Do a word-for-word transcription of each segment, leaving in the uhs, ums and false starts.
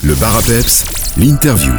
Le Bar à Peps, l'interview.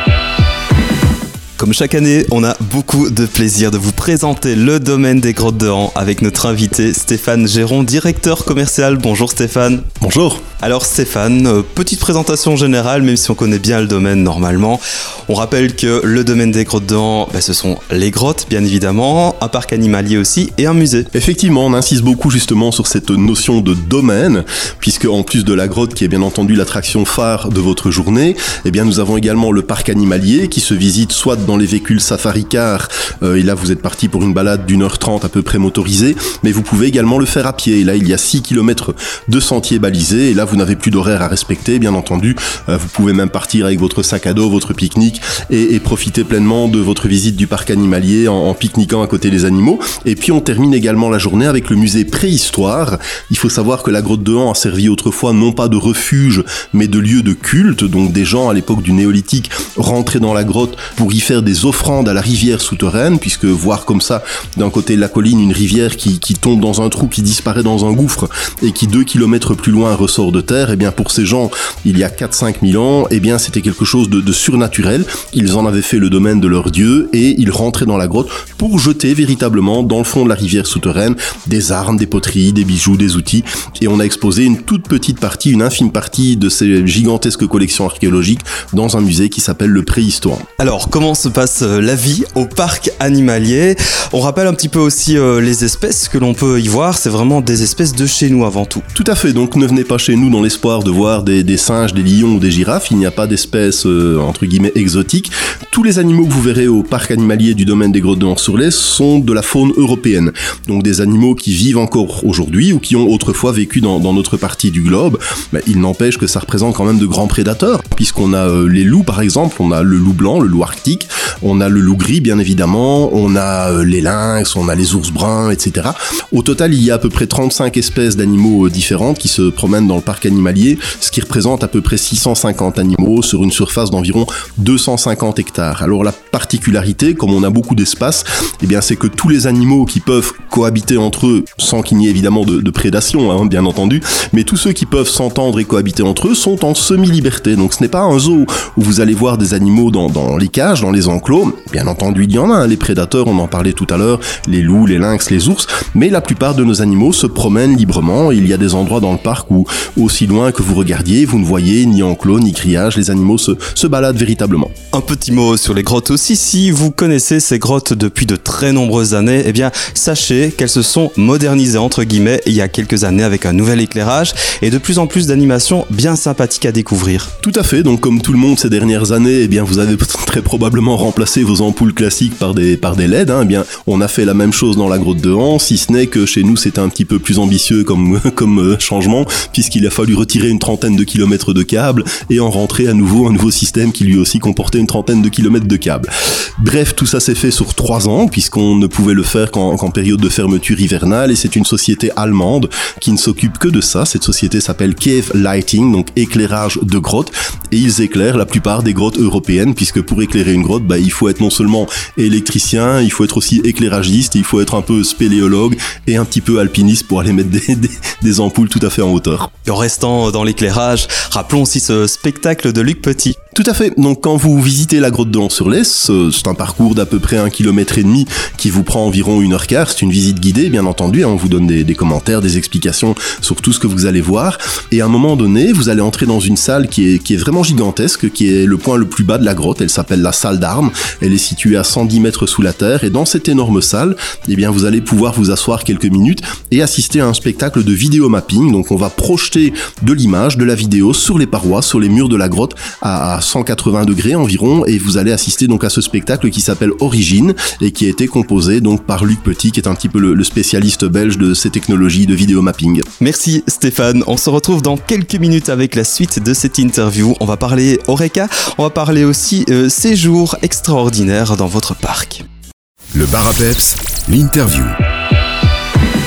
Comme chaque année, on a beaucoup de plaisir de vous présenter le domaine des Grottes de Han avec notre invité Stéphane Géron, directeur commercial. Bonjour Stéphane. Bonjour. Alors Stéphane, euh, petite présentation générale, même si on connaît bien le domaine normalement. On rappelle que le domaine des Grottes de Han, bah, ce sont les grottes bien évidemment, un parc animalier aussi et un musée. Effectivement, on insiste beaucoup justement sur cette notion de domaine, puisque en plus de la grotte qui est bien entendu l'attraction phare de votre journée, eh bien nous avons également le parc animalier qui se visite soit dans les véhicules safari-car, euh, et là vous êtes parti pour une balade d'une heure trente à peu près motorisée, mais vous pouvez également le faire à pied, et là il y a six kilomètres de sentiers balisés, et là vous n'avez plus d'horaire à respecter, bien entendu, euh, vous pouvez même partir avec votre sac à dos, votre pique-nique, et, et profiter pleinement de votre visite du parc animalier en, en pique-niquant à côté des animaux. Et puis on termine également la journée avec le musée Préhistoire. Il faut savoir que la grotte de Han a servi autrefois non pas de refuge, mais de lieu de culte, donc des gens à l'époque du néolithique rentraient dans la grotte pour y faire des offrandes à la rivière souterraine, puisque voir comme ça d'un côté de la colline une rivière qui, qui tombe dans un trou, qui disparaît dans un gouffre et qui deux kilomètres plus loin ressort de terre, et bien pour ces gens il y a quatre à cinq mille ans, et bien c'était quelque chose de, de surnaturel. Ils en avaient fait le domaine de leur dieu et ils rentraient dans la grotte pour jeter véritablement dans le fond de la rivière souterraine des armes, des poteries, des bijoux, des outils, et on a exposé une toute petite partie, une infime partie de ces gigantesques collections archéologiques dans un musée qui s'appelle le Préhistoire. Alors comment se passe la vie au parc animalier? On rappelle un petit peu aussi euh, les espèces que l'on peut y voir, c'est vraiment des espèces de chez nous avant tout. Tout à fait, donc ne venez pas chez nous dans l'espoir de voir des, des singes, des lions ou des girafes, il n'y a pas d'espèces euh, entre guillemets exotiques. Tous les animaux que vous verrez au parc animalier du domaine des Grottes de Han-sur-Lez sont de la faune européenne, donc des animaux qui vivent encore aujourd'hui ou qui ont autrefois vécu dans, dans notre partie du globe. Ben, il n'empêche que ça représente quand même de grands prédateurs, puisqu'on a euh, les loups par exemple, on a le loup blanc, le loup arctique, on a le loup gris bien évidemment, on a euh, les lynx, on a les ours bruns, et cetera. Au total, il y a à peu près trente-cinq espèces d'animaux euh, différentes qui se promènent dans le parc animalier, ce qui représente à peu près six cent cinquante animaux sur une surface d'environ deux cent cinquante hectares. Alors la particularité, comme on a beaucoup d'espace, eh bien c'est que tous les animaux qui peuvent cohabiter entre eux, sans qu'il n'y ait évidemment de, de prédation, hein, bien entendu, mais tous ceux qui peuvent s'entendre et cohabiter entre eux sont en semi-liberté. Donc ce n'est pas un zoo où vous allez voir des animaux dans, dans les cages, dans les enclos. Bien entendu, il y en a, hein, les prédateurs, on en parlait tout à l'heure, les loups, les lynx, les ours, mais la plupart de nos animaux se promènent librement. Il y a des endroits dans le parc où, aussi loin que vous regardiez, vous ne voyez ni enclos, ni grillage, les animaux se, se baladent véritablement. Un petit mot sur les grottes aussi, si vous connaissez ces grottes depuis de très nombreuses années, eh bien sachez qu'elles se sont modernisées entre guillemets il y a quelques années avec un nouvel éclairage et de plus en plus d'animations bien sympathiques à découvrir. Tout à fait, donc comme tout le monde ces dernières années, eh bien vous avez très probablement remplacé vos ampoules classiques par des, par des L E D, hein. Eh bien on a fait la même chose dans la grotte de Han, si ce n'est que chez nous c'était un petit peu plus ambitieux comme, comme euh, changement, puisqu'il a fallu retirer une trentaine de kilomètres de câbles et en rentrer à nouveau un nouveau système qui lui aussi comportait une trentaine de kilomètres de câbles. Bref, tout ça s'est fait sur trois ans, puisqu'on ne pouvait le faire qu'en, qu'en période de fermeture hivernale, et c'est une société allemande qui ne s'occupe que de ça. Cette société s'appelle Cave Lighting, donc éclairage de grottes, et ils éclairent la plupart des grottes européennes, puisque pour éclairer une grotte, bah, il faut être non seulement électricien, il faut être aussi éclairagiste, il faut être un peu spéléologue et un petit peu alpiniste pour aller mettre des, des, des ampoules tout à fait en hauteur. Et en restant dans l'éclairage, rappelons aussi ce spectacle de Luc Petit. Tout à fait. Donc quand vous visitez la grotte de Han-sur-Lez, c'est un parcours d'à peu près un kilomètre et demi qui vous prend environ une heure quart. C'est une visite guidée, bien entendu. On vous donne des, des commentaires, des explications sur tout ce que vous allez voir. Et à un moment donné, vous allez entrer dans une salle qui est, qui est vraiment gigantesque, qui est le point le plus bas de la grotte. Elle s'appelle la salle d'armes. Elle est située à cent dix mètres sous la terre. Et dans cette énorme salle, eh bien, vous allez pouvoir vous asseoir quelques minutes et assister à un spectacle de vidéo mapping. Donc on va projeter de l'image, de la vidéo sur les parois, sur les murs de la grotte à, à cent quatre-vingts degrés environ, et vous allez assister donc à ce spectacle qui s'appelle Origine et qui a été composé donc par Luc Petit, qui est un petit peu le, le spécialiste belge de ces technologies de vidéo mapping. Merci Stéphane, on se retrouve dans quelques minutes avec la suite de cette interview. On va parler Horeca, on va parler aussi euh, séjours extraordinaires dans votre parc. Le Bar à Peps, l'interview.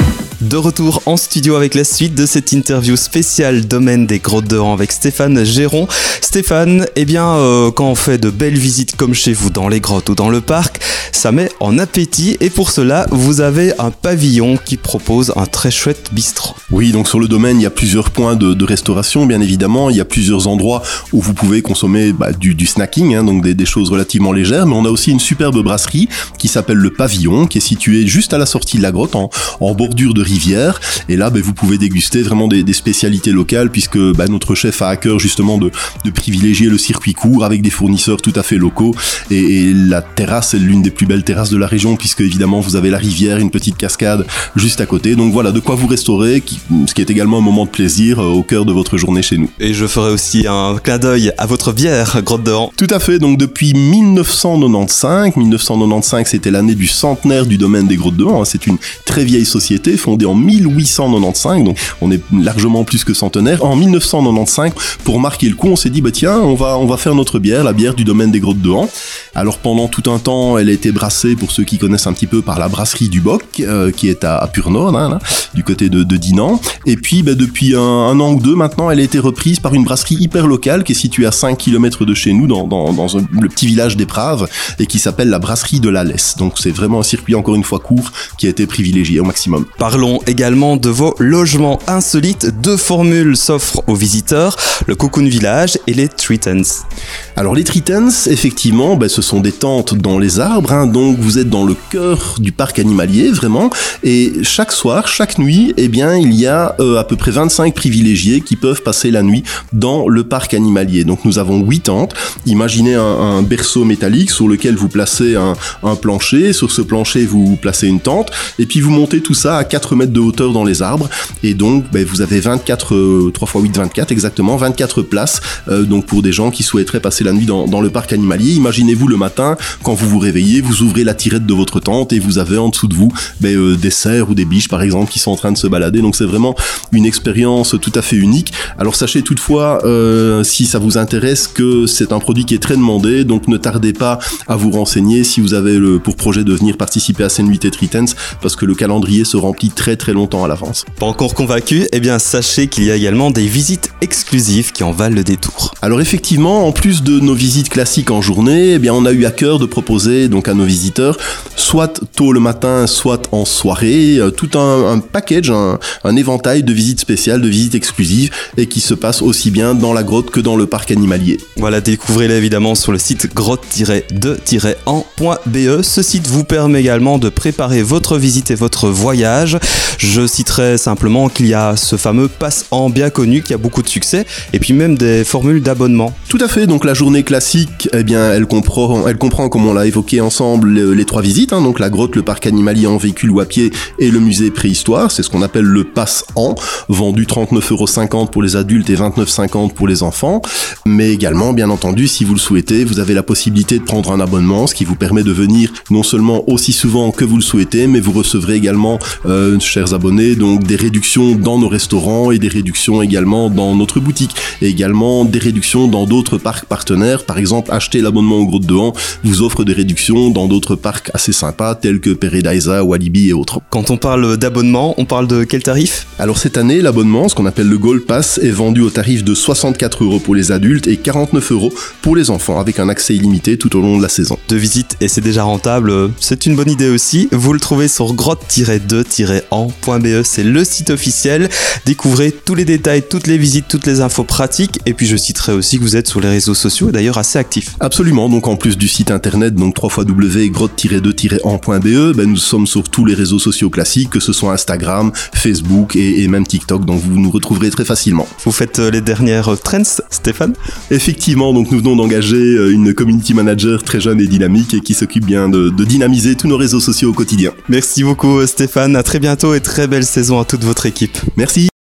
De retour en studio avec la suite de cette interview spéciale domaine des Grottes de Han avec Stéphane Géron. Stéphane, eh bien, euh, quand on fait de belles visites comme chez vous dans les grottes ou dans le parc, ça met en appétit et pour cela, vous avez un pavillon qui propose un très chouette bistrot. Oui, donc sur le domaine, il y a plusieurs points de, de restauration, bien évidemment. Il y a plusieurs endroits où vous pouvez consommer bah, du, du snacking, hein, donc des, des choses relativement légères. Mais on a aussi une superbe brasserie qui s'appelle le Pavillon, qui est située juste à la sortie de la grotte, en, en bordure de rivière. Et là, bah, vous pouvez déguster vraiment des, des spécialités locales, puisque bah, notre chef a à cœur justement de, de privilégier le circuit court avec des fournisseurs tout à fait locaux. Et, et la terrasse est l'une des plus belles terrasses de la région, puisque évidemment vous avez la rivière, une petite cascade juste à côté. Donc voilà, de quoi vous restaurer, qui, ce qui est également un moment de plaisir euh, au cœur de votre journée chez nous. Et je ferai aussi un clin d'œil à votre bière, Grotte de Han. Tout à fait, donc depuis dix-neuf cent quatre-vingt-quinze, dix-neuf cent quatre-vingt-quinze c'était l'année du centenaire du domaine des Grottes de Han. C'est une très vieille société fondée en mille huit cent quatre-vingt-quinze, donc on est largement plus que centenaire. En dix-neuf cent quatre-vingt-quinze, pour marquer le coup, on s'est dit bah tiens, on va on va faire notre bière, la bière du domaine des Grottes de Han. Alors pendant tout un temps, elle a été brassée, pour ceux qui connaissent un petit peu, par la brasserie du Boc, euh, qui est à, à Purnod, hein, là, du côté de, de Dinan. Et puis bah, depuis un, un an ou deux maintenant, elle a été reprise par une brasserie hyper locale qui est située à cinq kilomètres de chez nous, dans, dans, dans un, le petit village d'Éprave, et qui s'appelle la brasserie de la Lesse. Donc c'est vraiment un circuit encore une fois court qui a été privilégié au maximum. Parlons également de vos logements insolites. Deux formules s'offrent aux visiteurs, le Cocoon Village et les Tree Tents. Alors les Tree Tents, effectivement, bah, ce sont des tentes dans les arbres, hein, donc vous êtes dans le cœur du parc animalier, vraiment, et chaque soir, chaque nuit, eh bien, il y a euh, à peu près vingt-cinq privilégiés qui peuvent passer la nuit dans le parc animalier. Donc nous avons huit tentes. Imaginez un, un berceau métallique sur lequel vous placez un, un plancher, sur ce plancher vous placez une tente, et puis vous montez tout ça à quatre mètres de hauteur dans les arbres, et donc bah, vous avez vingt-quatre, euh, trois fois huit, vingt-quatre exactement, vingt-quatre places, euh, donc pour des gens qui souhaiteraient passer la nuit dans, dans le parc animalier. Imaginez-vous le matin, quand vous vous réveillez, vous ouvrez la tirette de votre tente et vous avez en dessous de vous ben, euh, des cerfs ou des biches par exemple qui sont en train de se balader. Donc c'est vraiment une expérience tout à fait unique. Alors sachez toutefois, euh, si ça vous intéresse, que c'est un produit qui est très demandé, donc ne tardez pas à vous renseigner si vous avez le, pour projet de venir participer à ces nuitées Tree Tents, parce que le calendrier se remplit très très longtemps à l'avance. Pas encore convaincu? Eh bien sachez qu'il y a également des visites exclusives qui en valent le détour. Alors effectivement, en plus de nos visites classiques en journée, eh bien on a eu à cœur de proposer donc à nos visiteurs, soit tôt le matin, soit en soirée, euh, tout un, un package, un, un éventail de visites spéciales, de visites exclusives, et qui se passe aussi bien dans la grotte que dans le parc animalier. Voilà, découvrez-les évidemment sur le site grotte tiret de tiret han point b e. Ce site vous permet également de préparer votre visite et votre voyage. Je citerai simplement qu'il y a ce fameux pass-an bien connu qui a beaucoup de succès, et puis même des formules d'abonnement. Tout à fait, donc la journée classique, eh bien, elle comprend, elle comprend, comme on l'a évoqué ensemble, les, les trois visites, hein, donc la grotte, le parc animalier en véhicule ou à pied et le musée préhistoire. C'est ce qu'on appelle le pass-an, vendu trente-neuf euros cinquante pour les adultes et vingt-neuf euros cinquante pour les enfants. Mais également, bien entendu, si vous le souhaitez, vous avez la possibilité de prendre un abonnement, ce qui vous permet de venir non seulement aussi souvent que vous le souhaitez, mais vous recevrez également, euh, chers abonnés, donc des réductions dans nos restaurants et des réductions également dans notre boutique, et également des réductions dans d'autres parcs partenaires. Par exemple, acheter l'abonnement aux Grottes de Han vous offre des réductions dans d'autres parcs assez sympas tels que Paradisa, Walibi et autres. Quand on parle d'abonnement, on parle de quel tarif? Alors cette année, l'abonnement, ce qu'on appelle le Gold Pass, est vendu au tarif de soixante-quatre euros pour les adultes et quarante-neuf euros pour les enfants, avec un accès illimité tout au long de la saison. Deux visites et c'est déjà rentable, c'est une bonne idée aussi. Vous le trouvez sur grotte tiret de tiret han point b e, c'est le site officiel. Découvrez tous les détails, toutes les visites, toutes les infos pratiques, et puis je citerai aussi que vous êtes sur les réseaux sociaux et d'ailleurs assez actifs. Absolument, donc en plus du site internet, donc w w w point grotte tiret de tiret han point b e, ben nous sommes sur tous les réseaux sociaux classiques, que ce soit Instagram, Facebook et, et même TikTok, donc vous nous retrouverez très facilement. Vous faites les dernières trends, Stéphane? Effectivement, donc nous venons d'engager une community manager très jeune et dynamique et qui s'occupe bien de, de dynamiser tous nos réseaux sociaux au quotidien. Merci beaucoup Stéphane, à très bientôt et très belle saison à toute votre équipe. Merci.